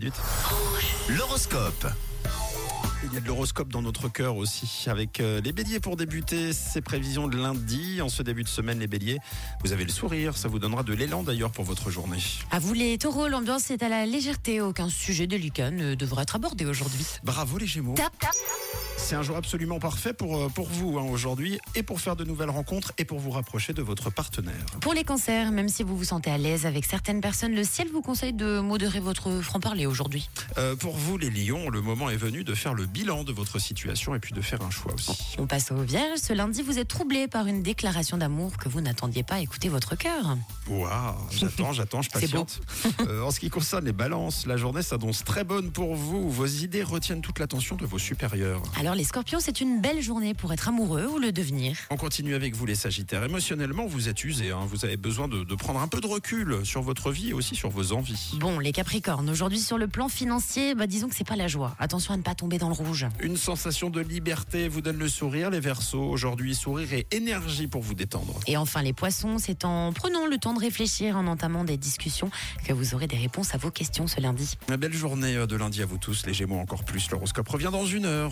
minutes. L'horoscope. Il y a de l'horoscope dans notre cœur aussi, avec les béliers pour débuter ces prévisions de lundi. En ce début de semaine, les béliers, vous avez le sourire, ça vous donnera de l'élan d'ailleurs pour votre journée. À vous les taureaux, l'ambiance est à la légèreté, aucun sujet délicat ne devrait être abordé aujourd'hui. Bravo les gémeaux. Tap, tap. C'est un jour absolument parfait pour vous aujourd'hui, et pour faire de nouvelles rencontres et pour vous rapprocher de votre partenaire. Pour les cancers, même si vous vous sentez à l'aise avec certaines personnes, le ciel vous conseille de modérer votre franc-parler aujourd'hui. Pour vous les lions, le moment est venu de faire le bilan de votre situation et puis de faire un choix aussi. On passe aux vierges. Ce lundi, vous êtes troublé par une déclaration d'amour que vous n'attendiez pas. Écoutez votre cœur. Waouh, j'attends, je patiente. En ce qui concerne les balances, la journée s'annonce très bonne pour vous. Vos idées retiennent toute l'attention de vos supérieurs. Alors les scorpions, c'est une belle journée pour être amoureux ou le devenir. On continue avec vous les sagittaires. Émotionnellement, vous êtes usés. Vous avez besoin de prendre un peu de recul sur votre vie et aussi sur vos envies. Bon, les capricornes, aujourd'hui sur le plan financier, disons que c'est pas la joie. Attention à ne pas tomber dans le rouge. Une sensation de liberté vous donne le sourire, les Verseaux. Aujourd'hui, sourire et énergie pour vous détendre. Et enfin les poissons, c'est en prenant le temps de réfléchir, en entamant des discussions, que vous aurez des réponses à vos questions ce lundi. Une belle journée de lundi à vous tous, les Gémeaux encore plus. L'horoscope revient dans 1 heure.